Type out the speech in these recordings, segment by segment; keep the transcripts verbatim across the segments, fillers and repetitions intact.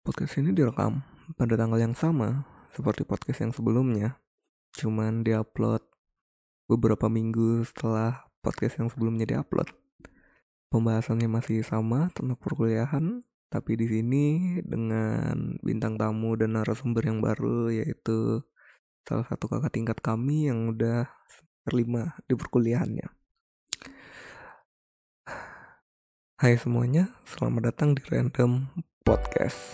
Podcast ini direkam pada tanggal yang sama seperti podcast yang sebelumnya, cuman diupload beberapa minggu setelah podcast yang sebelumnya diupload. Pembahasannya masih sama tentang perkuliahan, tapi di sini dengan bintang tamu dan narasumber yang baru, yaitu salah satu kakak tingkat kami yang udah terlima di perkuliahannya. Hai semuanya, selamat datang di Random Podcast.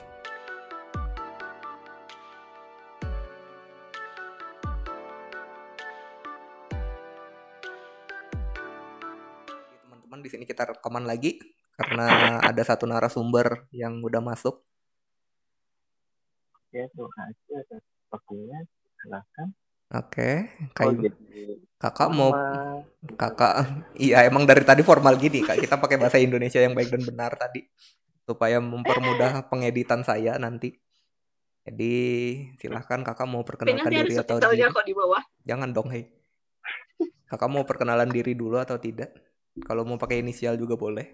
Teman-teman, di sini kita rekaman lagi karena ada satu narasumber yang udah masuk. Ya, terima kasih atas waktunya. Silahkan. Oke, Kok kayak jadi kakak mau formal? kakak iya emang dari tadi formal gini kak, kita pakai bahasa Indonesia yang baik dan benar tadi supaya mempermudah pengeditan saya nanti. Jadi silahkan kakak mau Kayaknya perkenalkan sih ada diri atau subtitlenya tidak? kok di bawah. Jangan dong, hei. Kakak mau perkenalan diri dulu atau tidak? Kalau mau pakai inisial juga boleh.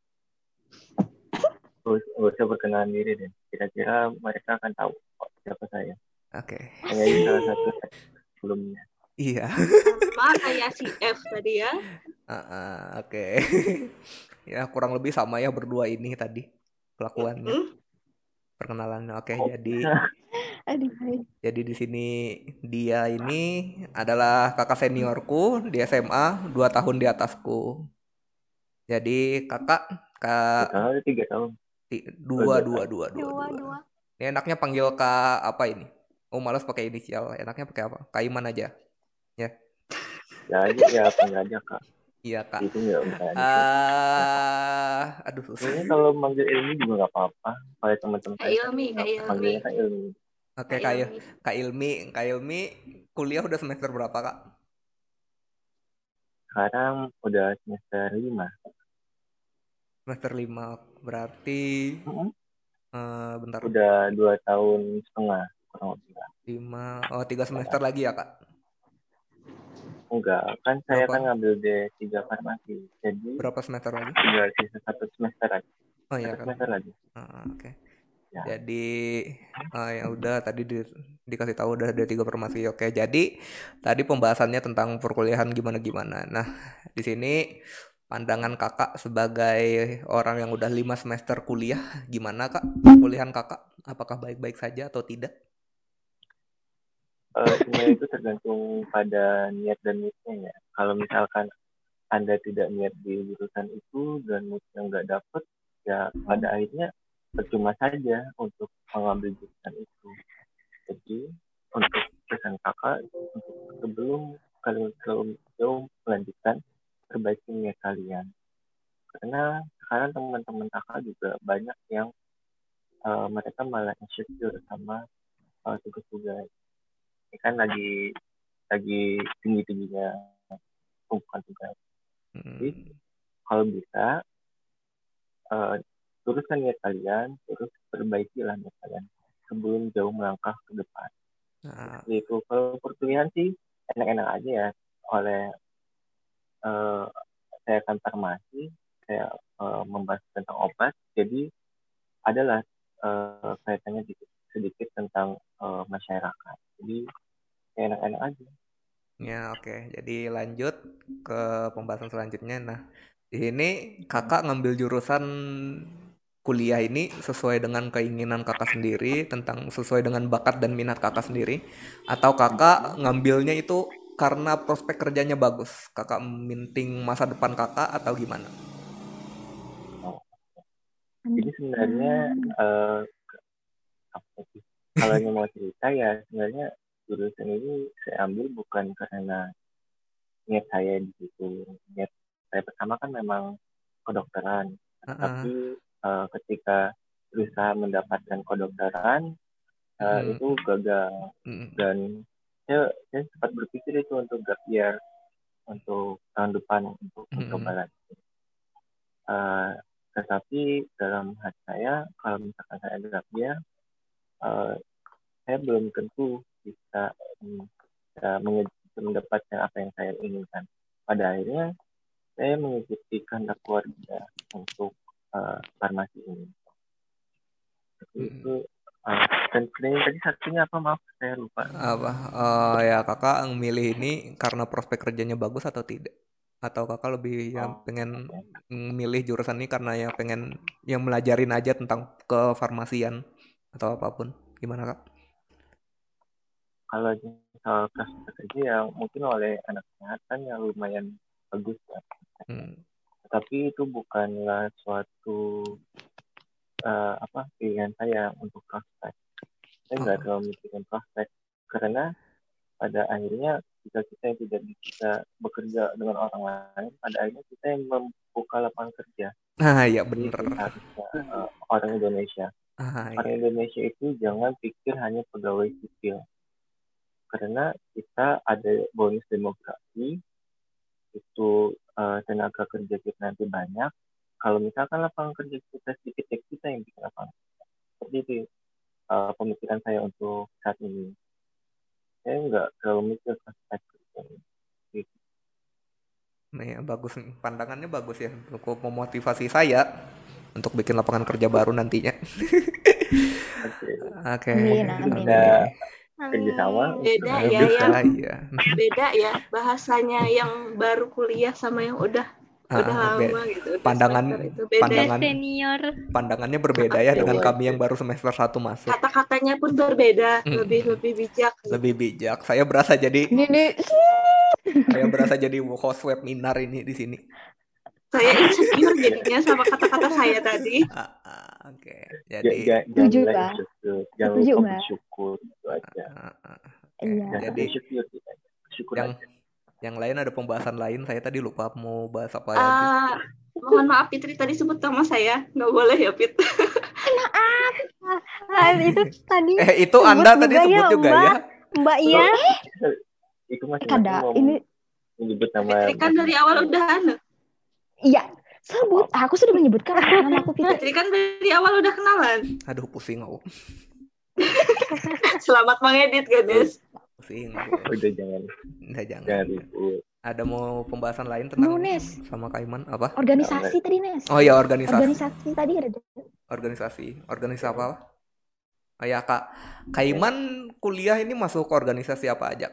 Gak usah perkenalan diri deh. Kira-kira mereka akan tahu kok siapa saya. Oke. Hanya di salah satu sebelumnya. Iya. Sama kayak si F tadi ya. Ah, ah, oke. Ya kurang lebih sama ya berdua ini tadi kelakuannya. Hmm? Perkenalannya oke. Kok Jadi bisa? Aduh. jadi di sini dia ini adalah kakak seniorku di S M A, dua tahun di atasku. Jadi kakak Dua kak tahun atau tiga tahun? ti- Oh, dua dua dua tahun. dua dua Dua, dua. dua. Ini enaknya panggil kak apa ini? Oh malas pakai inisial. Enaknya pakai apa? Kak Iman aja. Ya. Ya aja, ya panggil aja kak. Iya kak. Itu nggak berani sih. Ah, aduh susah. Ini kalau manggil Ilmi juga nggak apa-apa. Kalau teman-teman Kak saya kan Ilmi, Kak Ilmi. panggilnya kan Ilmi. Oke Kak kak, Ilmi. kak Ilmi, kak Ilmi kuliah udah semester berapa kak? Sekarang udah semester lima. Semester lima berarti Mm-mm. eh, bentar. Udah dua tahun setengah kurang lebih. Lima, oh tiga semester lagi ya kak? Enggak, kan saya Berapa? kan ngambil D tiga farmasi. Jadi Berapa semester lagi? tinggal sisa satu semester lagi. Oh iya Satu kak. semester lagi. Ah, oke. Ya. Jadi ah, ya udah tadi di, dikasih tahu udah ada tiga farmasi. Oke, jadi tadi pembahasannya tentang perkuliahan gimana-gimana. Nah, di sini pandangan kakak sebagai orang yang udah lima semester kuliah, gimana kak perkuliahan kakak? Apakah baik-baik saja atau tidak? Eh, sebenarnya itu tergantung pada niat dan moodnya ya. Kalau misalkan Anda tidak niat di jurusan itu dan moodnya nggak dapet, ya pada akhirnya percuma saja untuk mengambil jurusan itu. Jadi untuk pesan kakak, untuk sebelum kalian terlalu jauh melanjutkan, perbaiki niat kalian. Karena sekarang teman-teman kakak juga banyak yang uh, mereka malah insecure sama uh, tugas-tugas. Ini kan lagi lagi tinggi-tingginya tumpukan tugas. Jadi Hmm. kalau bisa uh, teruskan niat kalian, terus perbaikilah niat kalian sebelum jauh melangkah ke depan. Nah, Jadi itu kalau perkuliahan sih enak-enak aja ya. Oleh uh, saya kan farmasi, saya uh, membahas tentang obat, jadi adalah uh, kaitannya sedikit, sedikit tentang uh, masyarakat. Jadi enak-enak aja. ya oke. Jadi lanjut ke pembahasan selanjutnya. Nah, di sini kakak ngambil jurusan kuliah ini sesuai dengan keinginan kakak sendiri, tentang sesuai dengan bakat dan minat kakak sendiri, atau kakak ngambilnya itu karena prospek kerjanya bagus? Kakak minting masa depan kakak atau gimana? Oh. Jadi sebenarnya uh, apa sih? Kalau yang mau cerita ya sebenarnya jurusan ini saya ambil bukan karena niat saya di situ. Niat saya pertama kan memang kedokteran, Uh-uh. tapi uh, ketika berusaha mendapatkan kedokteran uh, Mm-mm. itu gagal Mm-mm. dan saya, saya sempat berpikir itu untuk gap year untuk tahun depan untuk mencoba Mm-mm. lagi. Uh, tetapi dalam hati saya kalau misalkan saya gap year, uh, saya belum tentu bisa, bisa mendapatkan apa yang saya inginkan. Pada akhirnya saya mengikuti kehendak keluarga untuk uh, farmasi ini. Seperti Mm-mm. itu Uh, dan planning tadi satunya apa, maaf saya lupa. Apa? Oh ya kakak memilih ini karena prospek kerjanya bagus atau tidak? Atau kakak lebih yang Oh, pengen oke. milih jurusan ini karena ya pengen yang melajarin aja tentang kefarmasian atau apapun? Gimana kak? Kalau soal prospek kerja ya mungkin oleh anak kesehatan yang lumayan bagus ya. Hmm. Tapi itu bukanlah suatu uh, apa pilihan saya untuk prospek. Saya nggak Oh. terlalu mikirin prospek karena pada akhirnya jika kita yang tidak bisa bekerja dengan orang lain, pada akhirnya kita yang membuka lapangan kerja. Ah ya Jadi bener. itu seharusnya uh, orang Indonesia. Ah Orang ya. Indonesia itu jangan pikir hanya pegawai sipil. Karena kita ada bonus demografi, itu uh, tenaga kerja kita nanti banyak. Kalau misalkan lapangan kerja kita sedikit, ya kita yang bikin lapangan kerja. Seperti itu uh, pemikiran saya untuk saat ini. Saya nggak terlalu mikir prospek kerja. Gitu. Nah, ya, bagus nih. Pandangannya bagus ya. Cukup memotivasi saya untuk bikin lapangan kerja baru nantinya. Oke. Oke. Amin, Mungkin amin. bisa Hmm, kerjasama. beda Eh, ya bisa yang ya. beda ya bahasanya yang baru kuliah sama yang udah udah Ah, be- lama gitu, udah pandangan semester itu beda. pandangan senior. pandangannya berbeda Ah, ya Ya dengan beda. kami yang wajar. baru semester satu masuk. Kata-katanya pun berbeda, Mm, lebih lebih bijak gitu. lebih bijak. Saya berasa jadi Ini nih. saya berasa jadi host webinar ini di sini. Saya insecure jadinya sama kata-kata saya tadi. Ah, ah, Oke. Ja- Jadi ja- Setuju, Janganlah Mbak. insecure. Jangan Setuju, lupa Mbak. bersyukur. Itu aja. ah, ah, oke. Iya. Jangan Jadi insecure kita. Bersyukur yang aja. yang lain ada pembahasan lain. Saya tadi lupa mau bahas apa lagi. Ah, mohon maaf Fitri tadi sebut nama saya, nggak boleh ya Fit. Maaf. Ah, itu tadi Eh itu sebut Anda tadi juga sebut ya, juga Mbak. ya. Mbak Itu, ya. itu masing-masing Kada, mau ini menyebut nama Fitri kan dari awal udah anu. iya. Sebut. Aku sudah menyebutkan nama aku Fitri. Fitri kan dari awal udah kenalan. Aduh pusing aku. Selamat mengedit gadis. Pusing. Udah jangan Nah, jangan. jangan ribut. Ada mau pembahasan lain tentang Mau, Nes. sama Kaiman apa? Organisasi tadi, Nes. Oh ya organisasi. Organisasi tadi ada. Organisasi. Organisasi apa? Oh ya Kak. Kaiman kuliah ini masuk ke organisasi apa aja?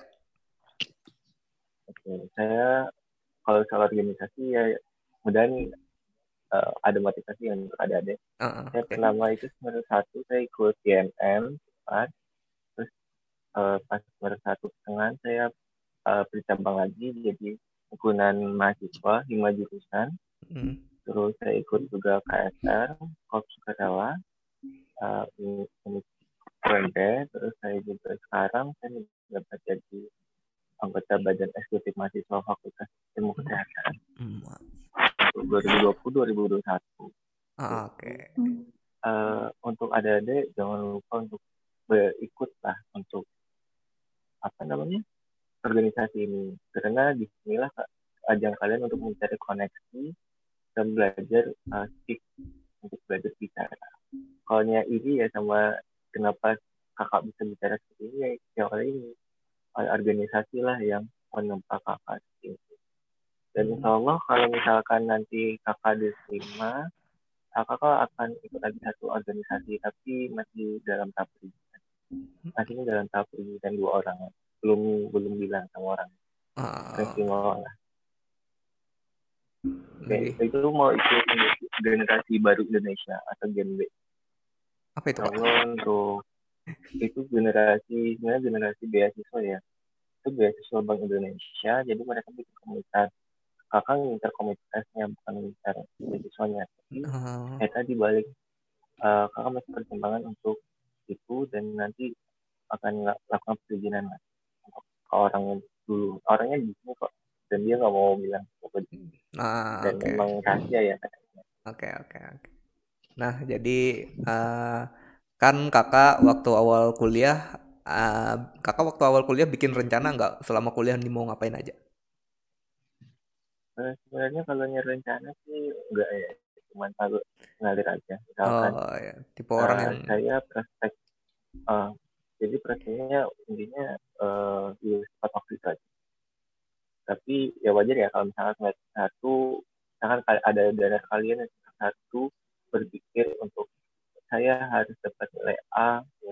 Oke, saya kalau soal organisasi ya mudah nih uh, ada motivasi yang untuk adik-adik. Uh, Saya okay. pertama itu semester satu saya ikut G M M, pas terus uh, pas semester satu setengah saya uh, bercabang lagi jadi himpunan mahasiswa lima jurusan. Hmm. Terus saya ikut juga K S R, Korps Sukarela, uh, U M P. Terus saya juga sekarang saya menjabat jadi anggota Badan Eksekutif Mahasiswa Fakultas Ilmu Kesehatan Hmm. untuk dua ribu dua puluh dua ribu dua puluh satu. Ah, Oke. Okay. Uh, untuk adik-adik jangan lupa untuk berikut lah untuk apa namanya organisasi ini karena disinilah ajang kalian untuk mencari koneksi dan belajar uh, speak untuk belajar bicara. Kalau ini ya sama kenapa kakak bisa bicara seperti ini ya oleh ini oleh organisasi lah yang menempa kakak ini. Dan insya Allah kalau misalkan nanti kakak diterima, kakak akan ikut lagi satu organisasi tapi masih dalam tahap perizinan. Masih dalam tahap perizinan dua orang, belum belum bilang sama orang. Masih mau lah. Oke, itu mau ikut generasi baru Indonesia atau Gen B. Apa itu Pak? Kalau untuk itu generasi sebenarnya generasi beasiswa ya. Itu beasiswa Bank Indonesia, jadi mereka bikin komunitas. Kakak ngincar komunitasnya bukan ngincar beasiswanya. Tapi uh. saya tadi balik uh, kakak masih pertimbangan untuk itu dan nanti akan lakukan perizinan lah untuk ke orang dulu. Orangnya di sini kok dan dia nggak mau bilang apa ah, dan okay. memang rahasia ya katanya. Oke okay, oke okay, oke. Okay. Nah jadi uh, kan kakak waktu awal kuliah uh, kakak waktu awal kuliah bikin rencana nggak selama kuliah nih mau ngapain aja? Nah, sebenarnya kalau rencana sih enggak ya, cuma tahu ngalir aja. Misalkan oh, ya. Tipe orang uh, yang saya praktek, uh, jadi prakteknya intinya uh, di tempat waktu itu aja. Tapi ya wajar ya kalau misalkan semester satu, misalkan ada dana kalian yang semester satu berpikir untuk saya harus dapat nilai A,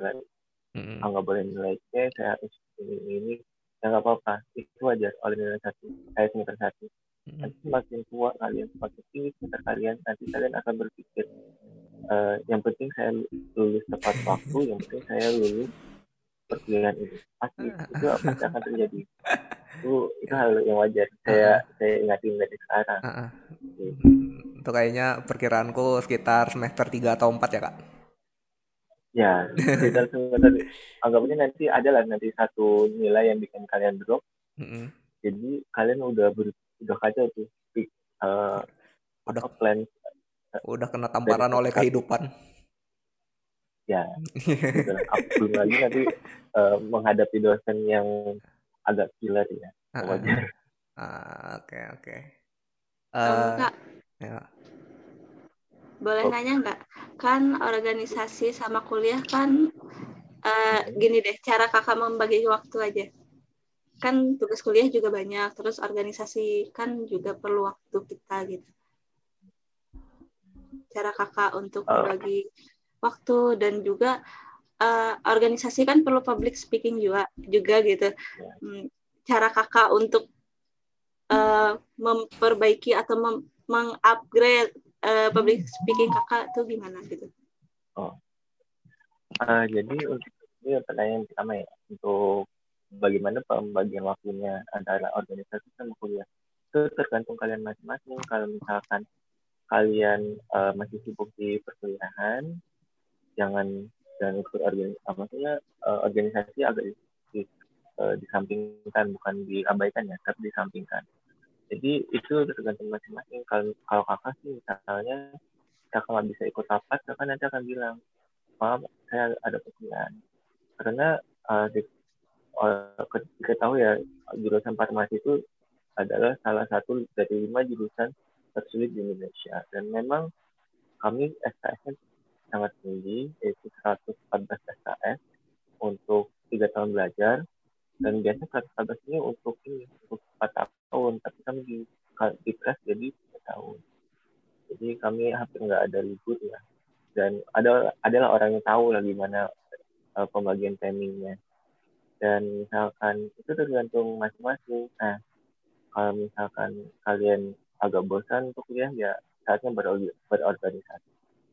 Mm-mm. ah, nggak boleh nilai C, saya harus ini ini, ya nggak apa-apa, itu wajar oleh nilai satu, saya semester satu. Mm-mm. Nanti semakin tua kalian, semakin tinggi semester kalian, nanti kalian akan berpikir, eh, yang penting saya lulus tepat waktu, yang penting saya lulus perkuliahan ini. Pasti itu pasti akan terjadi. Itu itu hal yang wajar. Saya Ah, saya ingatin dari sekarang. ah, ah. Gitu. Itu kayaknya perkiraanku sekitar semester tiga atau empat ya, Kak? Ya, sekitar semester anggapnya nanti ada lah nanti satu nilai yang bikin kalian drop. Mm-mm. Jadi kalian udah ber, udah kacau tuh uh, Udah apa plan udah kena dari tamparan oleh semester satu. kehidupan. Ya, gitu lah. Belum lagi nanti uh, menghadapi dosen yang agak killer ya. Ah, ah. Wajar. Ah, oke oke. Em, Eh, Kak, ya. boleh Oh. nanya nggak? Kan organisasi sama kuliah kan eh, Hmm. gini deh, cara kakak membagi waktu aja. Kan tugas kuliah juga banyak, terus organisasi kan juga perlu waktu kita gitu. Cara kakak untuk Uh, membagi waktu dan juga eh, organisasi kan perlu public speaking juga, juga gitu. ya. Hmm, cara kakak untuk eh, memperbaiki atau mem- mengupgrade eh, public speaking kakak tuh gimana gitu? Oh. Uh, jadi untuk ini pertanyaan pertama ya, untuk bagaimana pembagian waktunya antara organisasi sama kuliah. Itu tergantung kalian masing-masing. Kalau misalkan kalian uh, masih sibuk di perkuliahan, jangan jangan ikut organisasi. Maksudnya uh, organisasi agak di, di, uh, disampingkan, bukan diabaikan ya, tapi disampingkan. Jadi itu tergantung masing-masing. Kalau kalau kakak sih misalnya kakak nggak bisa ikut rapat, kakak nanti akan bilang, maaf saya ada perkuliahan. Karena uh, di, uh, kita tahu ya jurusan farmasi itu adalah salah satu dari lima jurusan tersulit di Indonesia, dan memang kami S K S-nya sangat tinggi, yaitu seratus empat belas S K S untuk tiga tahun belajar, dan biasanya seratus empat belas ini untuk ini untuk empat tahun, tapi kami di di press jadi tiga tahun. Jadi kami hampir nggak ada libur ya, dan ada adalah orang yang tahu lah gimana uh, pembagian timingnya. Dan misalkan itu tergantung masing-masing. Nah, kalau misalkan kalian agak bosan untuk kuliah, ya saatnya berorganisasi.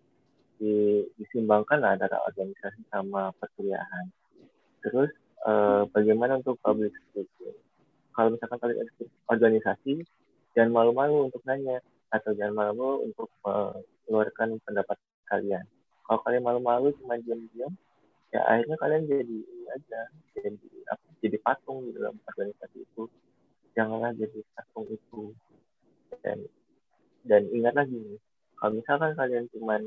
Di, disimbangkan antara organisasi sama perkuliahan. Terus eh, bagaimana untuk public speaking? Kalau misalkan kalian organisasi, jangan malu-malu untuk nanya atau jangan malu-malu untuk mengeluarkan pendapat kalian. Kalau kalian malu-malu cuma diam-diam, ya akhirnya kalian jadi ini aja, jadi apa, jadi patung di dalam organisasi itu. Janganlah jadi patung itu. Dan dan ingat lagi nih, kalau misalkan kalian cuma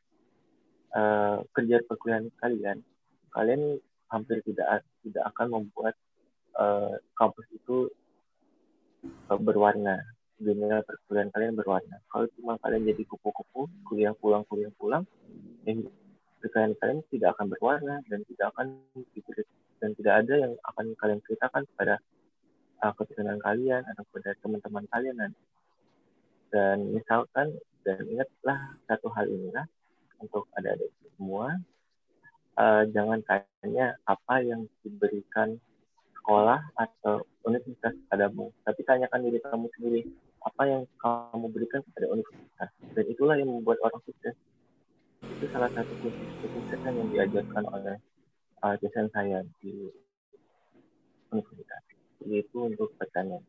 uh, kerja perkuliahan kalian, kalian hampir tidak tidak akan membuat uh, kampus itu uh, berwarna. Dunia perkuliahan kalian berwarna. Kalau cuma kalian jadi kupu-kupu, kuliah pulang kuliah pulang, yang perkuliahan kalian tidak akan berwarna dan tidak akan dan tidak ada yang akan kalian ceritakan kepada uh, keturunan kalian atau kepada teman-teman kalian nanti. Dan misalkan, dan ingatlah satu hal inilah untuk adik-adik semua, uh, jangan tanya apa yang diberikan sekolah atau universitas padamu, tapi tanyakan diri kamu sendiri, apa yang kamu berikan kepada universitas, dan itulah yang membuat orang sukses. Itu salah satu kunci kesuksesan yang diajarkan oleh uh, dosen saya di universitas. Jadi itu untuk pertanyaan.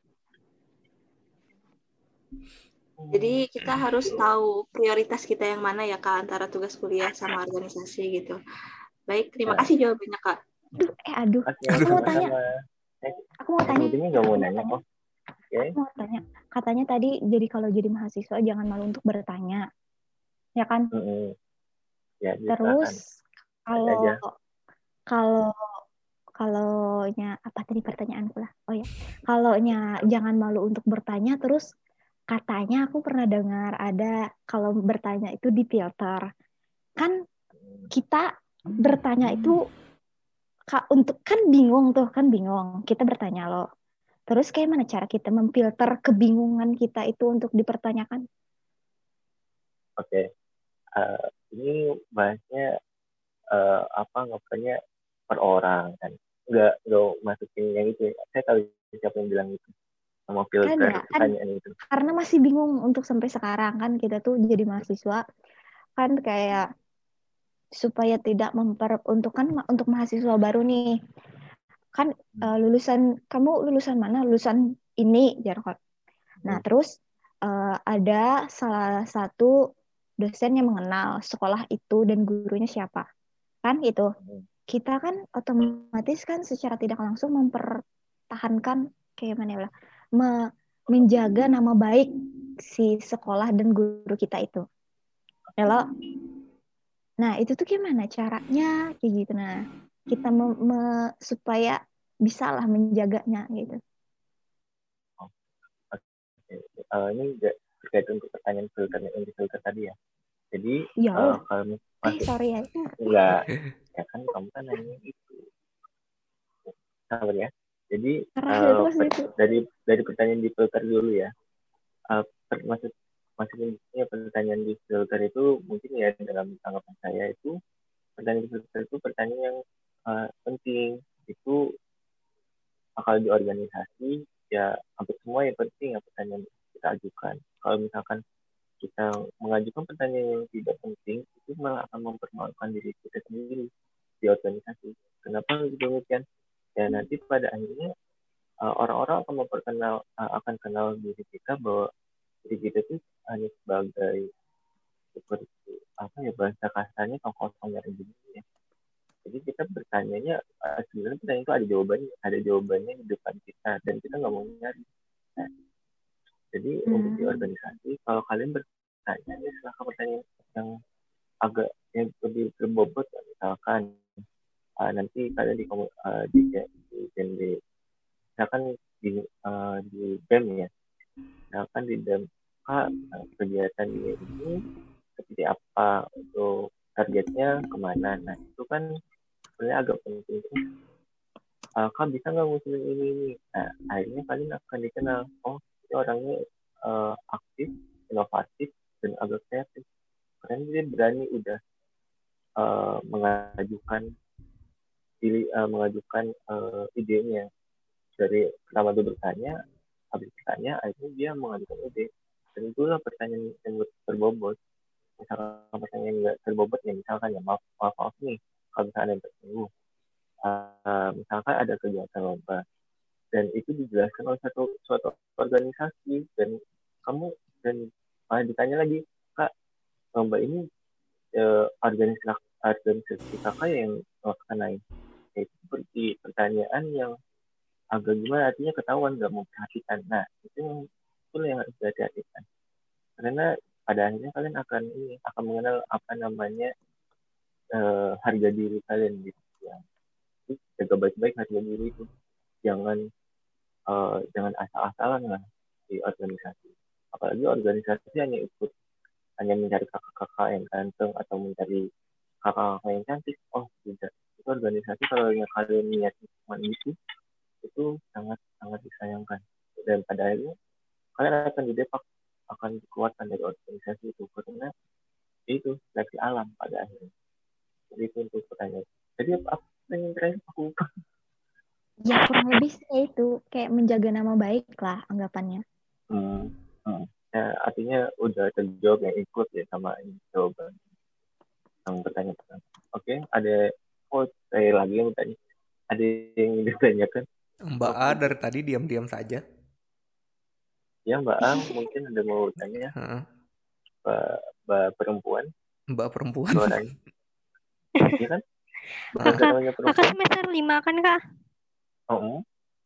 Jadi kita harus tahu prioritas kita yang mana ya Kak, antara tugas kuliah sama organisasi gitu. Baik, terima Ya. kasih jawabannya Kak. Aduh, eh aduh. Oke, Aku mau tanya. sama-sama. Aku mau tanya. Sebetulnya nggak mau nanya kok. Oke. Aku mau tanya. Katanya tadi jadi kalau jadi mahasiswa jangan malu untuk bertanya. Ya kan? Mm-mm. Ya, Terus Tanya aja. kalau kalau kalaunya apa tadi pertanyaanku lah? Oh ya. Kalaunya jangan malu untuk bertanya, terus katanya aku pernah dengar ada kalau bertanya itu difilter. Kan kita bertanya itu Kak, untuk kan bingung tuh, kan bingung. Kita bertanya loh. Terus kayak mana cara kita memfilter kebingungan kita itu untuk dipertanyakan? Oke. Uh, ini bahasnya uh, apa ngapanya per orang kan, nggak nggak masukin yang itu. Saya tahu siapa yang bilang itu sama filter Kan ya, kan pertanyaan itu. karena masih bingung untuk sampai sekarang kan kita tuh jadi mahasiswa kan kayak supaya tidak memperuntukkan untuk mahasiswa baru nih kan uh, lulusan kamu lulusan mana lulusan ini Jarkot. Nah Hmm. terus uh, ada salah satu dosen yang mengenal sekolah itu dan gurunya siapa kan itu kita kan otomatis kan secara tidak langsung mempertahankan kayak mana ya me- menjaga nama baik si sekolah dan guru kita itu. Kalau nah itu tuh gimana caranya kayak gitu. Nah kita me- me- supaya bisalah menjaganya gitu. Oh, oke. Uh, ini juga terkait untuk pertanyaan filter yang di filter tadi ya. Jadi Ya uh, Allah. kalau Eh masuk sorry ya. enggak ya kan kamu kan nanya itu sabar ya. Jadi Parah itu uh, pas per, itu. dari dari pertanyaan di filter dulu ya. Uh, per, maksud maksudnya pertanyaan di filter itu mungkin ya dalam tanggapan saya itu pertanyaan di filter itu pertanyaan yang uh, penting. Itu kalau di organisasi ya hampir semua yang penting ya pertanyaan kita ajukan. Kalau misalkan kita mengajukan pertanyaan yang tidak penting itu malah akan mempermalukan diri kita sendiri di organisasi. Kenapa demikian? Ya nanti pada akhirnya uh, orang-orang akan memperkenal uh, akan kenal diri kita bahwa diri kita itu hanya sebagai seperti apa ya bahasa kasarnya kosongnya rezeki ya. Jadi kita bertanyanya uh, sebenarnya pertanyaan itu ada jawabannya, ada jawabannya di depan kita dan kita nggak mau nyari. Nah, jadi hmm. untuk di organisasi kalau kalian bertanya ya silahkan pertanyaan yang agak yang lebih berbobot ya. Misalkan uh, nanti kalian di uh, di di, di misalkan di uh, di D E M ya, misalkan di D E M Kak kegiatan ini seperti apa untuk targetnya kemana. Nah itu kan sebenarnya agak penting. Uh, Kak bisa nggak ngusulin ini ini. Nah akhirnya kalian akan dikenal. Oh ini orangnya uh, aktif, inovatif dan agak kreatif. Karena dia berani udah uh, mengajukan pilih uh, mengajukan uh, idenya dari pertama dia bertanya, habis bertanya akhirnya dia mengajukan ide. Dan itulah pertanyaan yang berbobot. Misalkan pertanyaan yang nggak berbobot ya misalkan ya maaf maaf, maaf nih kalau misalnya ada yang tersinggung. Uh, misalkan ada kegiatan lomba dan itu dijelaskan oleh satu suatu organisasi dan kamu dan malah ditanya lagi Kak lomba ini uh, organisasi organisasi kakak yang melaksanain. Itu seperti pertanyaan yang agak gimana artinya ketahuan nggak mau perhatikan. Nah itu yang itu yang harus dihati-hatikan karena pada akhirnya kalian akan ini akan mengenal apa namanya uh, harga diri kalian gitu ya. Jadi jaga baik-baik harga diri itu jangan uh, jangan asal-asalan lah di organisasi. Apalagi organisasi hanya ikut hanya mencari kakak-kakak yang ganteng atau mencari kakak-kakak yang cantik. Oh tidak, itu organisasi kalau yang kalian niat cuma itu itu sangat sangat disayangkan dan pada akhirnya kalian akan didepak akan dikeluarkan dari organisasi itu karena itu seleksi alam pada akhirnya. Jadi itu untuk pertanyaan. Jadi apa yang terakhir aku lupa. Ya kurang lebih sih itu kayak menjaga nama baik lah anggapannya. Hmm, hmm. Ya, artinya udah terjawab yang ikut ya sama ini jawaban yang pertanyaan pertama. Oke, ada oh saya lagi yang bertanya. Ada yang ditanyakan? Mbak A dari tadi diam-diam saja. Ya Mbak A mungkin ada mau tanya. Mbak, Mbak perempuan. Mbak perempuan. Suaranya. Iya kan? Kakak, kakak semester lima kan Kak? Oh.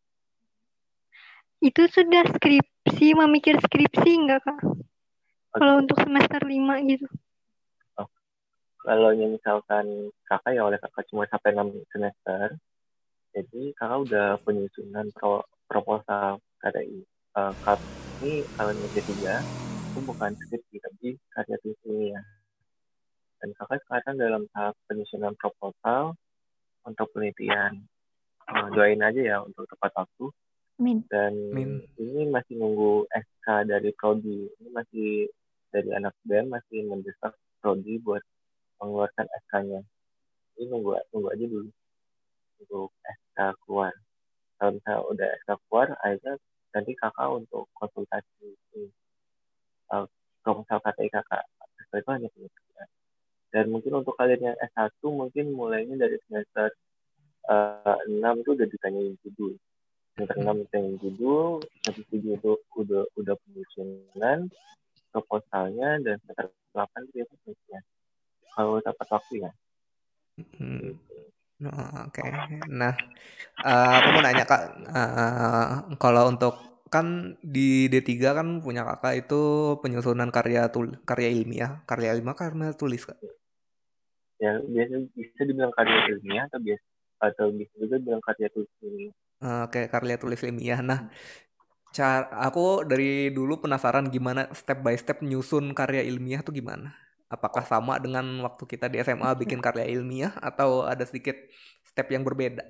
Itu sudah skripsi, memikir skripsi enggak Kak? Okay. Kalau untuk semester lima gitu. Oh. Kalau misalkan kakak ya oleh kakak cuma sampai enam semester, jadi kakak udah penyusunan pro, proposal K D I. Uh, ini kalau yang ketiga, itu bukan skripsi tapi karya tulis ilmiah. Dan kakak sekarang dalam tahap penyusunan proposal untuk penelitian. Uh, doain aja ya untuk tepat waktu. Min. Dan Min. ini masih nunggu S K dari Prodi. Ini masih dari anak B E M masih mendesak Prodi buat mengeluarkan S K-nya. Ini nunggu nunggu aja dulu. untuk S K keluar. Kalau misalnya udah S K keluar, akhirnya nanti kakak untuk konsultasi uh, proposal K T I kakak. Setelah itu hanya penelitian. Dan mungkin untuk kalian yang S satu mungkin mulainya dari semester uh, enam itu udah ditanyain judul. Semester enam ditanyain judul, semester tujuh itu udah udah penyusunan proposalnya, dan semester delapan itu biasanya penelitian. Kalau dapat waktu ya. Hmm. Oh, oke. Nah, eh, aku mau nanya Kak, eh, kalau untuk kan di D tiga kan punya kakak itu penyusunan karya tul karya ilmiah, karya ilmiah karena tulis Kak. Ya biasa bisa dibilang karya ilmiah atau biasa atau bisa juga bilang karya tulis ilmiah. Eh, Oke, karya tulis ilmiah. Nah, cara aku dari dulu penasaran gimana step by step nyusun karya ilmiah tuh gimana? Apakah sama dengan waktu kita di S M A bikin karya ilmiah atau ada sedikit step yang berbeda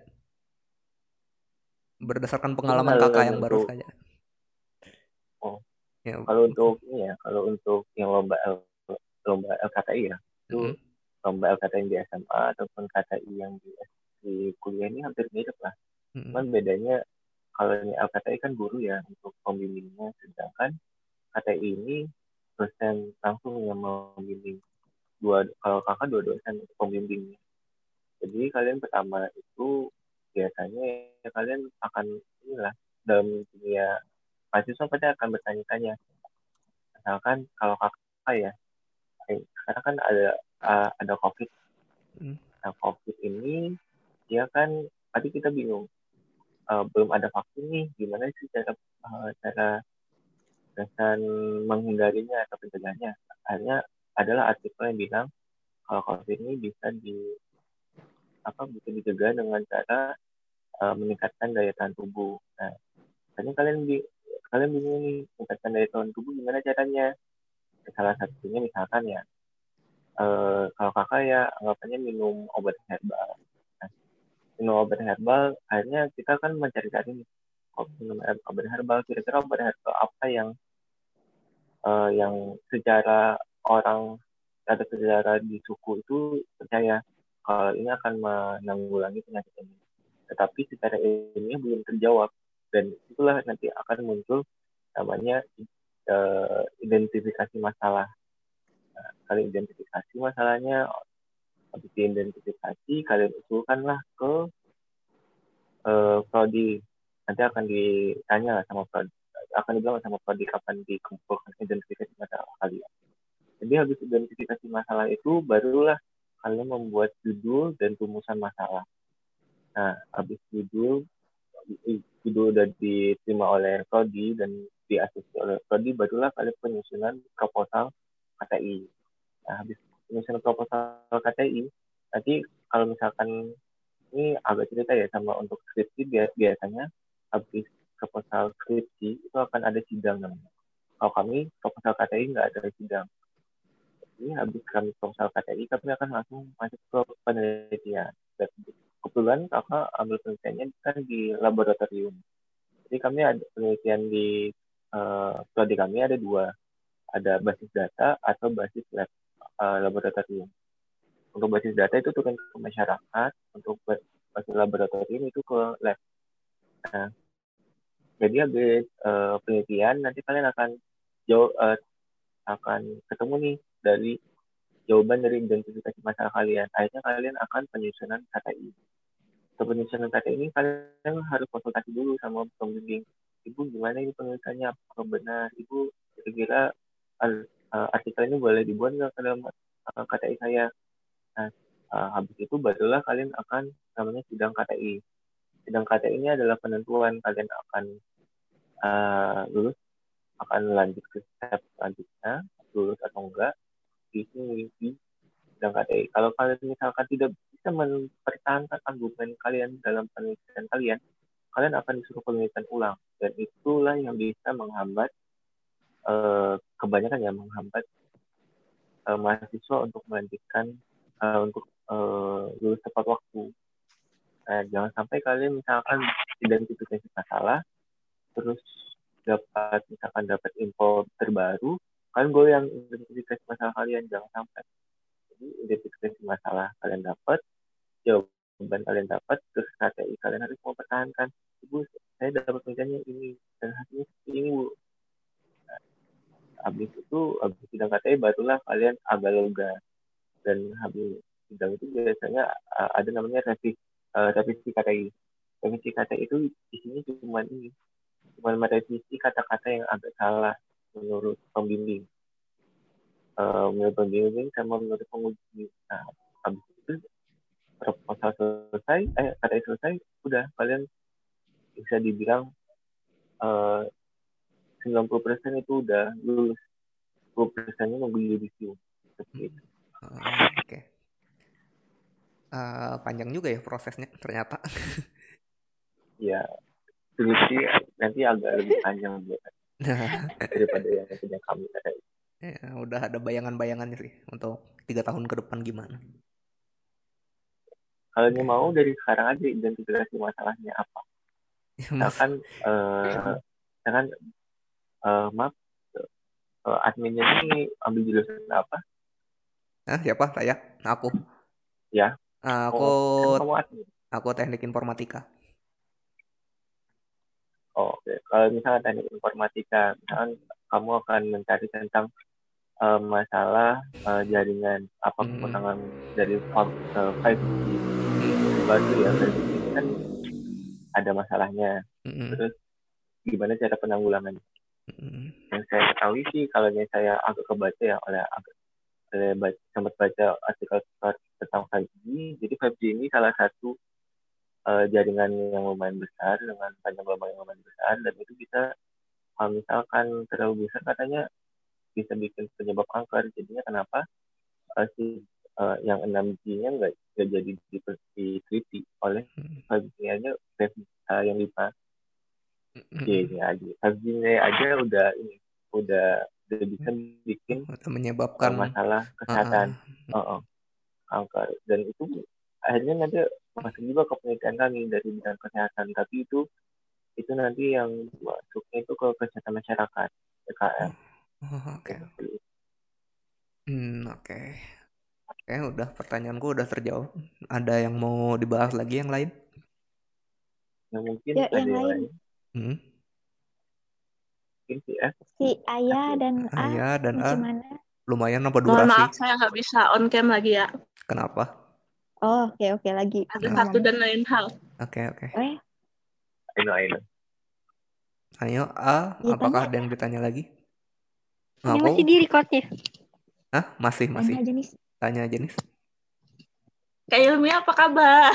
berdasarkan Mungkin pengalaman kalau kakak yang baru untuk saja? oh, Ya, kalau untuk ini ya, kalau untuk yang lomba L, lomba L K T I ya, itu mm-mm, lomba L K T I yang di S M A ataupun K T I yang di, di kuliah ini hampir mirip lah. mm-mm, Cuman bedanya kalau ini L K T I kan guru ya untuk pembimbingnya, sedangkan K T I ini dosen langsung yang membimbing. Dua, kalau kakak dua dosen untuk pembimbingnya. Jadi kalian pertama itu biasanya ya, kalian akan inilah dalam dunia mahasiswa pasti akan bertanya-tanya. Misalkan kalau kakak ya, eh, sekarang kan ada uh, ada COVID. mm, Nah COVID ini dia kan tadi kita bingung, uh, belum ada vaksin nih, gimana sih cara uh, cara dan menghindarinya atau pencegahannya. Akhirnya adalah artikel yang bilang kalau COVID ini bisa di apa bisa dicegah dengan cara uh, meningkatkan daya tahan tubuh. Nah, Kayaknya kalian di kalian bingung nih meningkatkan daya tahan tubuh gimana caranya? Salah satunya misalkan ya, eh, kalau kakak ya anggapannya minum obat herbal. Nah, minum obat herbal, akhirnya kita kan mencari-cari nih, kok minum obat herbal, kira-kira obat herbal apa yang eh, yang secara orang atau secara di suku itu percaya kalau ini akan menanggulangi penyakit ini. Tetapi secara ilmiah belum terjawab, dan itulah nanti akan muncul namanya uh, identifikasi masalah. Nah, kalian identifikasi masalahnya, habis diidentifikasi, kalian usulkanlah ke uh, prodi. Nanti akan ditanya lah sama prodi, akan dibilang sama prodi kapan dikumpulkan identifikasi masalah kalian. Jadi habis identifikasi masalah itu, barulah kalian membuat judul dan rumusan masalah. Nah, habis judul, judul udah diterima oleh prodi dan diasisi oleh prodi, barulah kalian penyusunan proposal K T I. Nah, habis penyusunan proposal K T I, nanti kalau misalkan ini agak cerita ya sama untuk skripsi, biasanya habis proposal skripsi itu akan ada sidang namanya. Kalau kami proposal K T I nggak ada sidang. Ini habis kami proposal K T I, kami akan langsung masuk ke penelitian. Dan kebetulan kakak ambil penelitiannya kan di laboratorium. Jadi kami ada penelitian di uh, prodi kami ada dua, ada basis data atau basis lab, uh, laboratorium. Untuk basis data itu turun ke masyarakat, untuk basis laboratorium itu ke lab. Nah, jadi habis uh, penelitian nanti kalian akan jauh uh, akan ketemu nih dari jawaban dari identifikasi masalah kalian. Akhirnya kalian akan penyusunan K T I. Untuk penyusunan K T I ini kalian harus konsultasi dulu sama pembimbing. Ibu gimana ini penelitiannya, apakah benar? Ibu kira-kira uh, artikel ini boleh dibuat nggak ke dalam uh, K T I saya? Nah, uh, habis itu barulah kalian akan namanya sidang K T I. Sidang K T I ini adalah penentuan kalian akan uh, lulus, akan lanjut ke step selanjutnya, lulus atau enggak di sini di sidang K T I. Kalau kalian misalkan tidak bisa mempertahankan argumen kalian dalam penelitian kalian, kalian akan disuruh penelitian ulang, dan itulah yang bisa menghambat uh, kebanyakan ya menghambat uh, mahasiswa untuk melanjutkan uh, untuk uh, lulus tepat waktu. Nah, jangan sampai kalian misalkan identifikasi masalah, terus dapat misalkan dapat info terbaru, kalian gue yang identifikasi masalah kalian, jangan sampai. Jadi identifikasi masalah kalian dapat, beban kalian dapat, terus K T I kalian harus mempertahankan. Ibu, saya dapat kerjanya ini dan hasilnya seperti ini bu. Nah, habis itu, habis sidang K T I barulah kalian agak lega. Dan habis sidang itu biasanya uh, ada namanya revisi, uh, revisi K T I. Revisi K T I itu isinya cuma ini, cuma merevisi kata-kata yang agak salah menurut pembimbing. Uh, menurut pembimbing sama menurut penguji. Nah, habis itu proposal selesai, eh K T I selesai, udah kalian bisa dibilang uh, sembilan puluh persen itu udah lulus, sepuluh persennya nunggu yudisium. Seperti itu. Oh, Oke. Okay. Uh, panjang juga ya prosesnya ternyata. Ya, skripsi nanti agak lebih panjang buat daripada yang punya kami K T I. Ya, udah ada bayangan-bayangannya sih untuk tiga tahun ke depan gimana. Kalau okay. mau dari sekarang aja identifikasi masalahnya apa. Misalkan, uh, misalkan uh, maaf, uh, adminnya ini ambil jurusan apa? Nah, siapa? Saya? Aku? Ya. Uh, aku, oh, kan kamu admin. Aku teknik informatika. Oh, oke. Okay. Kalau misalnya teknik informatika, misalkan kamu akan mencari tentang uh, masalah uh, jaringan, apa kemenangan mm. dari uh, lima G baru ya, lima G ini kan ada masalahnya. Mm. Terus gimana cara penanggulangannya? Mm. Yang saya ketahui sih, kalau saya agak kebaca ya oleh agak oleh baca, sempat baca artikel tentang lima G. Jadi lima G ini salah satu uh, jaringan yang lumayan besar dengan panjang gelombang yang lumayan besar, dan itu bisa kalau misalkan terlalu besar katanya bisa bikin penyebab kanker. Jadinya kenapa uh, si uh, yang enam G-nya nggak jadi diteliti oleh lima G-nya uh, yang lima G-nya aja. lima G-nya aja udah ini udah udah bisa bikin menyebabkan uh, masalah kesehatan, uh-uh. Uh-uh, kanker. Dan itu akhirnya nanti masuk juga ke penelitian kami dari bidang kesehatan, tapi itu itu nanti yang masuknya itu ke kesehatan masyarakat, P K M. Oh, oke. Hmm, oke. Okay. Oke, okay, udah pertanyaanku udah terjawab. Ada yang mau dibahas lagi yang lain? Yang mungkin ya, ada yang, yang lain. Hmm? Mungkin si F. Si Ayah dan A. Ayah dan A. Gimana? Lumayan apa durasi? Mohon maaf, saya nggak bisa on cam lagi ya. Kenapa? Oh, oke okay, oke okay, lagi. Ada nah. satu dan lain hal. Oke okay, oke. Okay. Eh? Ayo ayo. Ayo A, ditanya. Apakah ada yang ditanya lagi? Ini aku... masih di recordnya. Hah? Masih masih. Tanya aja nih. Tanya aja nih. Kak Ilmi apa kabar?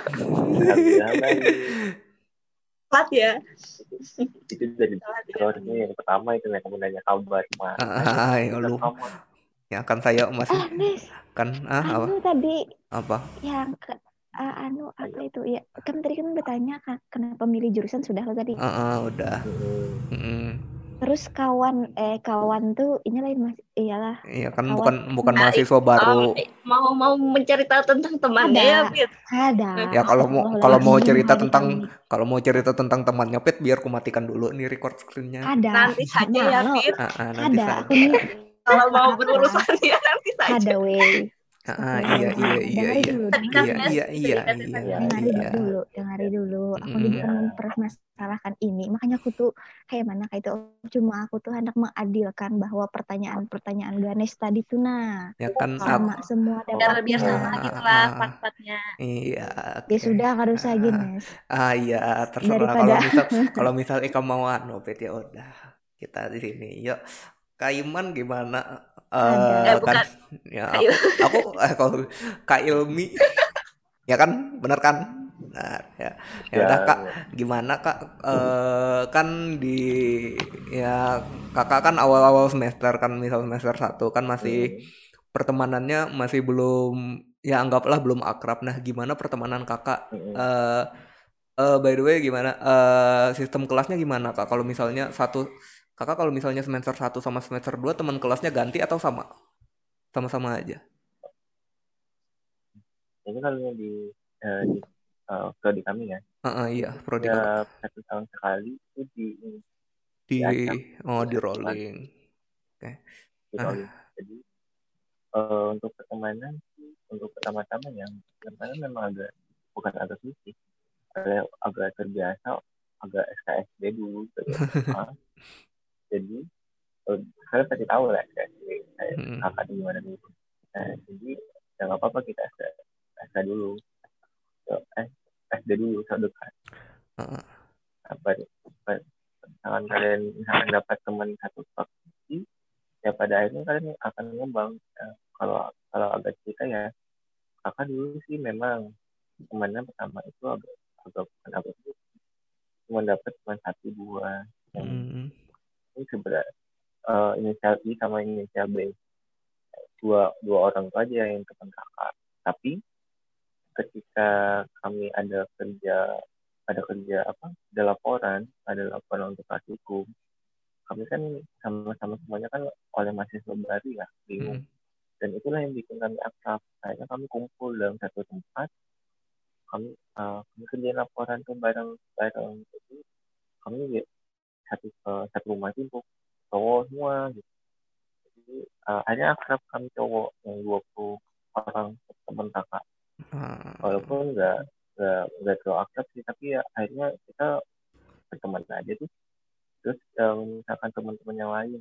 Telat ya. Itu dari seharusnya yang pertama itu yang kamu nanya kabar mas. Ah, ya lu. Ya kan saya masih. Ah, Nes. Kan ah anu apa? Tadi. Apa? Yang ke uh, anu apa Ayo. Itu ya? Kan tadi kan bertanya kan kenapa milih jurusan sudah lo tadi? Ah, uh, uh, udah. Hmm. Hmm. Terus kawan eh kawan tuh ini lain mas iyalah. Iya kan kawan, bukan bukan nah, mahasiswa baru. Um, mau mau mencerita tentang temannya ada, ya, Pit. Ada. Ya kalau mau kalau mau cerita tentang kalau mau cerita tentang temannya Pit, biar ku matikan dulu nih record screen-nya. Ada. Nanti saja ya, Pit. Ah, ah, nanti ada. saja. Aku nih. Kalau mau berurusan ya nanti saja. Ada weh. Ah, iya iya iya iya. Iya iya iya iya. Dengari dulu, dengari dulu. Aku mm. bukan mempermasalahkan ini. Makanya aku tuh kayak mana kayak itu cuma aku tuh hendak mengadilkan bahwa pertanyaan-pertanyaan Ganesh tadi tuh nah. Ya kan sama aku, semua dapat biar sama gitu lah part-partnya. Iya. Okay. Ya sudah kalau usah Ganesh. Ah iya, terserah. Daripada... kalau misal kalau misal Ika mau anu Pit ya udah. Kita di sini. Yuk. Kak Iman gimana? Uh, eh, bukan. Kan ya aku, aku eh kalau Kak Ilmi ya kan bener kan? Nah, ya ya udah Kak, gimana Kak? Uh, kan di ya Kakak kan awal-awal semester kan, misal semester satu kan masih hmm. pertemanannya masih belum ya anggaplah belum akrab. Nah, gimana pertemanan Kakak? Hmm. Uh, uh, by the way gimana uh, sistem kelasnya gimana Kak? Kalau misalnya satu Kakak kalau misalnya semester satu sama semester dua teman kelasnya ganti atau sama? Sama-sama aja. Ini kalau di uh, di uh, prodi kami ya. Uh, uh, iya, prodi ya, satu tahun sekali itu di di, di oh di di rolling. Oke. Okay. Di rolling. Uh. Jadi uh, untuk pertemanan untuk pertama-tama yang pertemanan memang agak bukan agak suci, agak, agak terbiasa, agak S K S D dulu dari S M A. Jadi eh, kalian pasti tahu lah S K S D kayak Mm-mm. kakak di gimana dulu. Nah, jadi ya nggak apa-apa kita S K S D dulu, so, eh, S D dulu terdekat. Uh-uh. Apa, misalkan kalian misalkan dapat teman satu fakultas, ya pada akhirnya kalian akan ngembang. Ya, kalau kalau agak cerita ya, kakak dulu sih memang temannya pertama itu agak agak bukan agak cuma dapat cuma satu dua yang Mm-mm. ini sebenarnya uh, inisial I sama inisial B, dua dua orang itu aja yang teman kakak. Tapi ketika kami ada kerja ada kerja apa ada laporan ada laporan untuk praktikum, kami kan sama-sama semuanya kan oleh mahasiswa baru ya, bingung. Mm-mm. Dan itulah yang bikin kami akrab. Akhirnya kami kumpul dalam satu tempat, kami uh, kami kerjain laporan tuh bareng-bareng. Jadi kami ya, satu uh, satu rumah itu untuk cowok semua gitu. Jadi uh, akhirnya akrab kami cowok yang dua puluh orang teman kakak. Ah. Walaupun nggak nggak nggak terlalu akrab sih, tapi ya akhirnya kita berteman aja tuh. Terus um, misalkan teman-teman yang lain,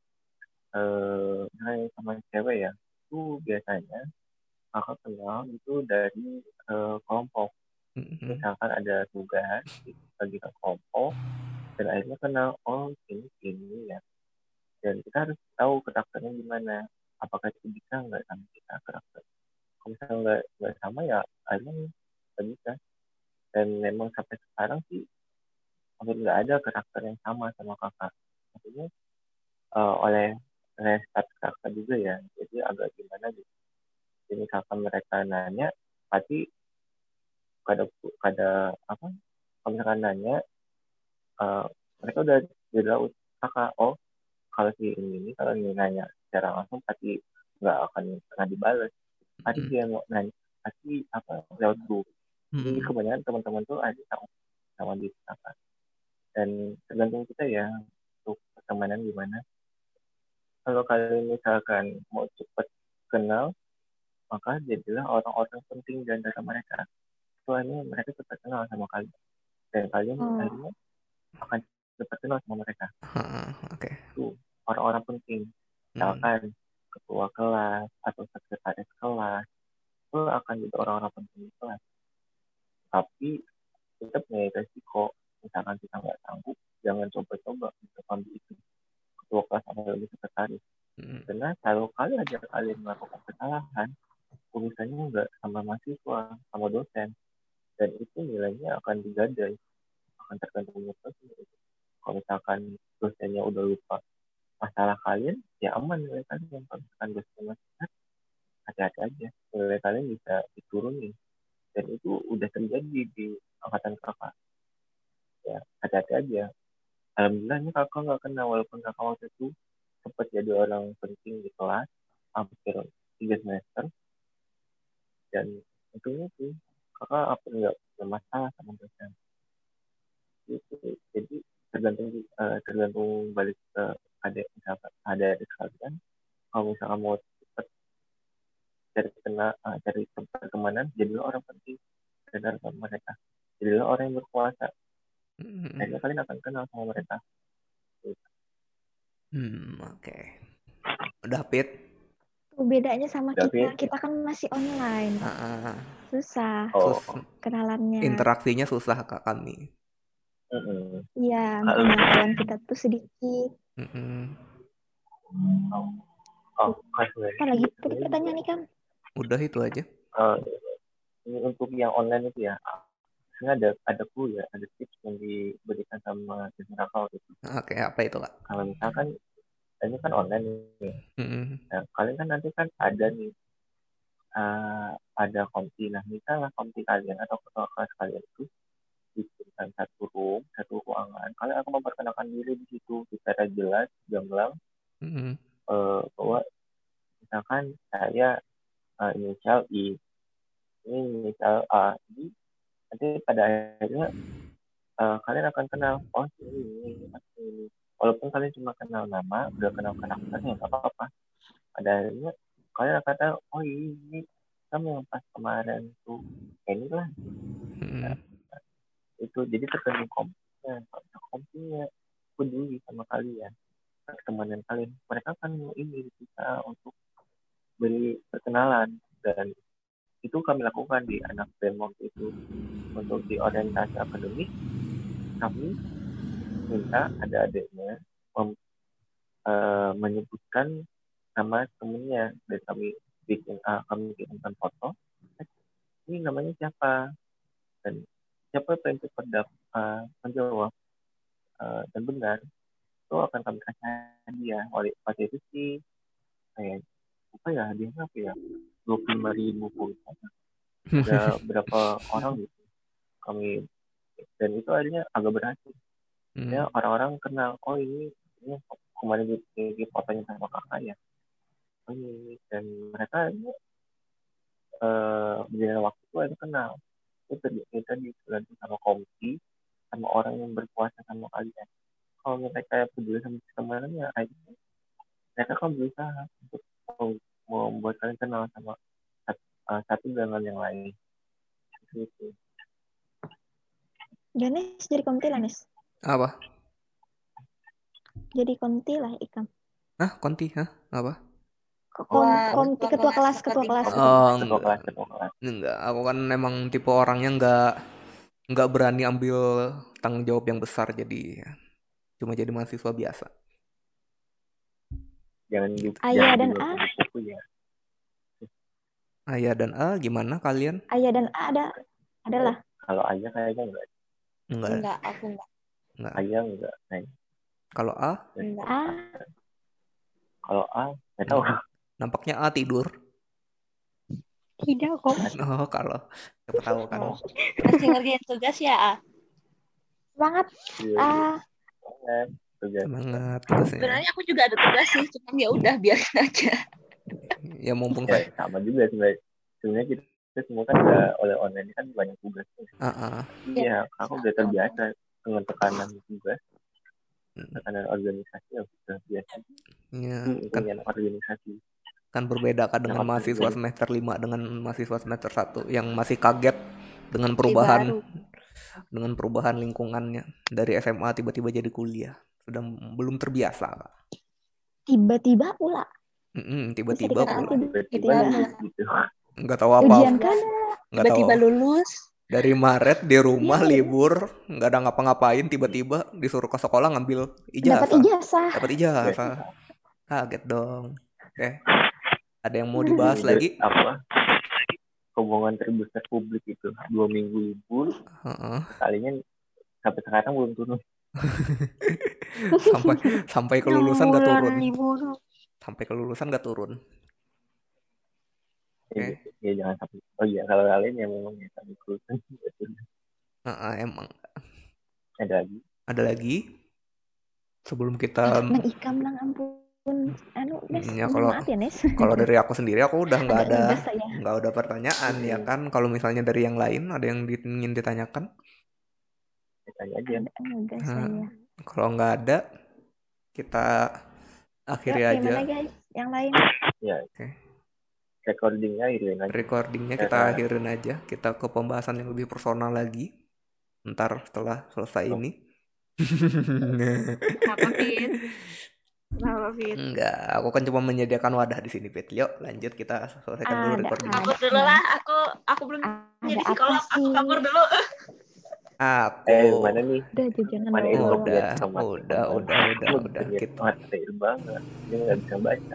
eh uh, sama cewek ya, itu biasanya kakak kenal itu dari uh, kelompok. Mm-mm. Misalkan ada tugas bagi ke kelompok dan akhirnya kenal, oh ini ini ya, dan kita harus tahu karakternya gimana, apakah itu bisa nggak sama kita karakter. Kalau misalnya nggak nggak sama ya akhirnya nggak bisa. Dan memang sampai sekarang sih hampir nggak ada karakter yang sama sama kakak. Maksudnya uh, oleh oleh staff kakak juga ya, jadi agak gimana gitu. Jadi misalkan mereka nanya, pasti kada kada apa? Kalau misalkan nanya, uh, mereka udah udah kakak, oh kalau si ini ini kalau ini nanya secara langsung pasti nggak akan pernah dibalas. Pasti Mm-mm. dia mau nanya, pasti apa lewat grup. Jadi Mm-mm. kebanyakan teman-teman tuh ada sama sama di kakak. Dan tergantung kita ya untuk pertemanan gimana. Kalau kalian misalkan mau cepat kenal, maka jadilah orang-orang penting di antara mereka. Soalnya mereka cepat kenal sama kalian. Dan kalian Oh. akhirnya akan cepat kenal sama mereka. Ah, Oke. Itu orang-orang penting. Misalkan ketua kelas atau sekretaris kelas, itu akan jadi orang-orang penting di kelas. Tapi tetap nih resiko, misalkan kita nggak sanggup, jangan coba-coba untuk ambil itu ketua kelas atau lebih sekretaris. Mm-mm. Karena kalau kali aja kalian melakukan kesalahan, urusannya nggak sama mahasiswa, sama dosen, dan itu nilainya akan digadai, akan tergantung dosen. Kalau misalkan dosennya udah lupa masalah kalian, ya aman nilai kalian. Kalau misalkan dosennya masih, hati-hati aja, nilai kalian bisa diturunin. Dan itu udah terjadi di angkatan kakak. Ya hati-hati aja. Alhamdulillahnya kakak nggak kena, walaupun kakak waktu itu sempat jadi orang penting di kelas hampir tiga semester. Dan untungnya sih kakak apa nggak bermasalah sama dosen. Itu jadi tergantung uh, tergantung balik ke adik misalkan ada adik sekalian. Kalau misalkan mau cepat cari kena uh, cari tempat pertemanan, jadilah orang penting dan sama mereka. Jadilah orang yang berkuasa. Mm-mm. Akhirnya kalian akan kenal sama mereka. Hmm, oke. Udah Pit? Tuh bedanya sama Udah, kita, Pit? kita kan masih online. Ah, Susah Oh, sus- kenalannya. interaksinya susah kak kami. mm-mm. Iya, Kalau- pengetahuan kita tuh sedikit. Mm-mm. oh, oh, kasih. Kan lagi tadi pertanyaan nih kan. Udah itu aja. Uh, ini untuk yang online itu ya, sebenarnya ada ada clue ya, ada tips yang diberikan sama dosen kakak waktu itu. Oke, apa itu kak? Kalau misalkan ini kan online nih, Mm-mm. nah, kalian kan nanti kan ada nih uh, ada kompi. Nah misalnya kompi kalian atau ketua kelas kalian itu bikinkan satu room, satu ruangan. Kalian akan memperkenalkan diri di situ secara jelas, gamblang, Mm-mm. uh, bahwa misalkan saya uh, inisial I, ini inisial A. Jadi nanti pada akhirnya uh, kalian akan kenal, oh ini ini ini. Walaupun kalian cuma kenal nama, udah kenal karakternya, nggak apa-apa. Pada akhirnya kalian akan tahu, oh ini rekam yang pas kemarin tuh ini lah Hmm. itu jadi tergantung kompunya kalau kompunya peduli sama kalian pertemanan kalian mereka kan mau ini kita untuk beri perkenalan dan itu kami lakukan di anak B E M waktu itu untuk di orientasi akademik kami minta ada adiknya mem, uh, menyebutkan nama temennya dan kami bikin uh, kami bikinkan foto ini namanya siapa dan siapa yang terdapat uh, menjawab uh, dan benar itu akan kami kasih hadiah oleh pada itu sih kayak apa ya hadiahnya apa ya dua puluh lima ribu pun ada berapa orang gitu kami dan itu akhirnya agak berhasil Hmm. ya orang-orang kenal oh ini ini kemarin di, di fotonya sama kakak ya oh ini dan mereka uh, berjalan waktu itu ada kenal itu tadi itu tadi tergantung sama komisi sama orang yang berkuasa sama kalian kalau mereka peduli sama temannya akhirnya mereka kan berusaha untuk membuat kalian kenal sama uh, satu dengan yang lain itu. Ganes jadi komti lah, Nes. Apa? Jadi komti lah, Ikam. Hah? Konti? Hah? Apa? Kom, Wah, komti ketua ketua kelas, kelas, ketua kelas. ketua Oh, ketua enggak. kelas ketua kelas Enggak, aku kan emang tipe orangnya enggak enggak berani ambil tanggung jawab yang besar jadi cuma jadi mahasiswa biasa. jangan di Ayah jangan dan dibawa A. buku ya Ayah dan A gimana kalian? Ayah dan A ada adalah. kalau ayah kayaknya enggak Enggak. Enggak, aku enggak. Enggak. ayah enggak nah, Kalau A, Enggak. A. kalau A nggak tahu nampaknya A tidur. Tidak kok. Oh, kalau siapa tahu kan. Oh. Masih ngerjain tugas ya, A? Semangat. Iya, A. iya. Tugas. Semangat tugasnya. Sebenarnya aku juga ada tugas sih, cuman ya udah biarin aja. Ya mumpung Ya, saya. sama juga sebenarnya sebenarnya kita, kita semua kan udah oleh online ini kan banyak tugas Ah, ah. iya aku udah terbiasa dengan tekanan tugas Hmm. tekanan organisasi yang sudah biasa Ya, itu kan, yang organisasi kan berbeda kan dengan Yang waktu mahasiswa itu. semester lima dengan mahasiswa semester satu yang masih kaget dengan perubahan baru. dengan perubahan lingkungannya dari S M A tiba-tiba jadi kuliah. Sudah belum terbiasa, Kak. Tiba-tiba pula. Mm-mm, Bisa tiba-tiba dikatakan pula. tiba-tiba Tiba-tiba. gitu Nggak tahu apa. Ujian kan Nggak tahu. Tiba-tiba lulus. Dari Maret di rumah Iya. libur, nggak ada ngapa-ngapain, tiba-tiba disuruh ke sekolah ngambil dapat ijazah. ijazah. Dapat ijazah. Kaget dong. Oke. Ada yang mau dibahas Terus lagi? apa hubungan terbesar publik itu dua minggu libur Heeh. kalinya sampai sekarang belum turun sampai sampai kelulusan nggak Enam turun. bulan libur. Sampai kelulusan nggak turun. ya, ya jangan sampai oh iya kalau kalian ya memang ya sampai kelulusan nggak turun. Heeh, emang ada lagi ada lagi sebelum kita Nang Ikam nang ampun. Anu, Nes. Ya, mohon kalau- maaf ya, Nes. kalau dari aku sendiri aku udah nggak Agak ada ngegas saya. nggak ada pertanyaan ya kan. Kalau misalnya dari yang lain ada yang di- ingin ditanyakan, tanya aja Agak ngegas Hmm. saya. kalau nggak ada kita akhiri Yuk, aja gimana guys? Yang lain. ya Oke. recordingnya irin aja recordingnya, kita Karena- akhirin aja. Kita ke pembahasan yang lebih personal lagi ntar setelah selesai Oh. ini. Kenapa, Fit? Kenapa, Fit? Enggak, aku kan cuma menyediakan wadah di sini, Pit. Yuk, lanjut kita selesaikan dulu Ada, recording. ada. Kabur dulu lah, aku aku belum Ada jadi apa psikolog, aku sih? kabur dulu. Aku eh mana nih Udah, jangan Mana dong. itu? udah, Sama udah, teman. udah, udah, Lu udah. bisa Kita, materi banget dia nggak bisa baca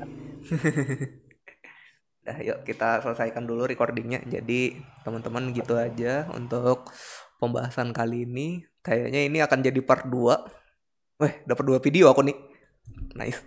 Udah, yuk kita selesaikan dulu recordingnya. Jadi teman-teman gitu aja untuk pembahasan kali ini. Kayaknya ini akan jadi part dua. Weh, dapat dua video aku nih. Nice.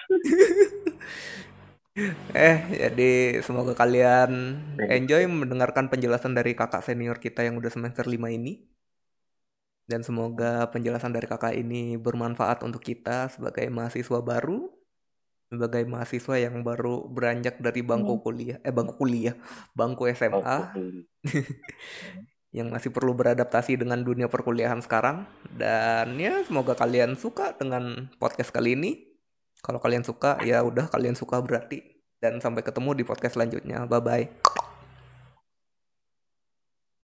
eh, jadi semoga kalian enjoy mendengarkan penjelasan dari kakak senior kita yang udah semester lima ini. Dan semoga penjelasan dari kakak ini bermanfaat untuk kita sebagai mahasiswa baru, sebagai mahasiswa yang baru beranjak dari bangku kuliah, eh bangku kuliah, bangku S M A, yang masih perlu beradaptasi dengan dunia perkuliahan sekarang. Dan ya semoga kalian suka dengan podcast kali ini. Kalau kalian suka ya udah kalian suka berarti. Dan sampai ketemu di podcast selanjutnya. Bye bye.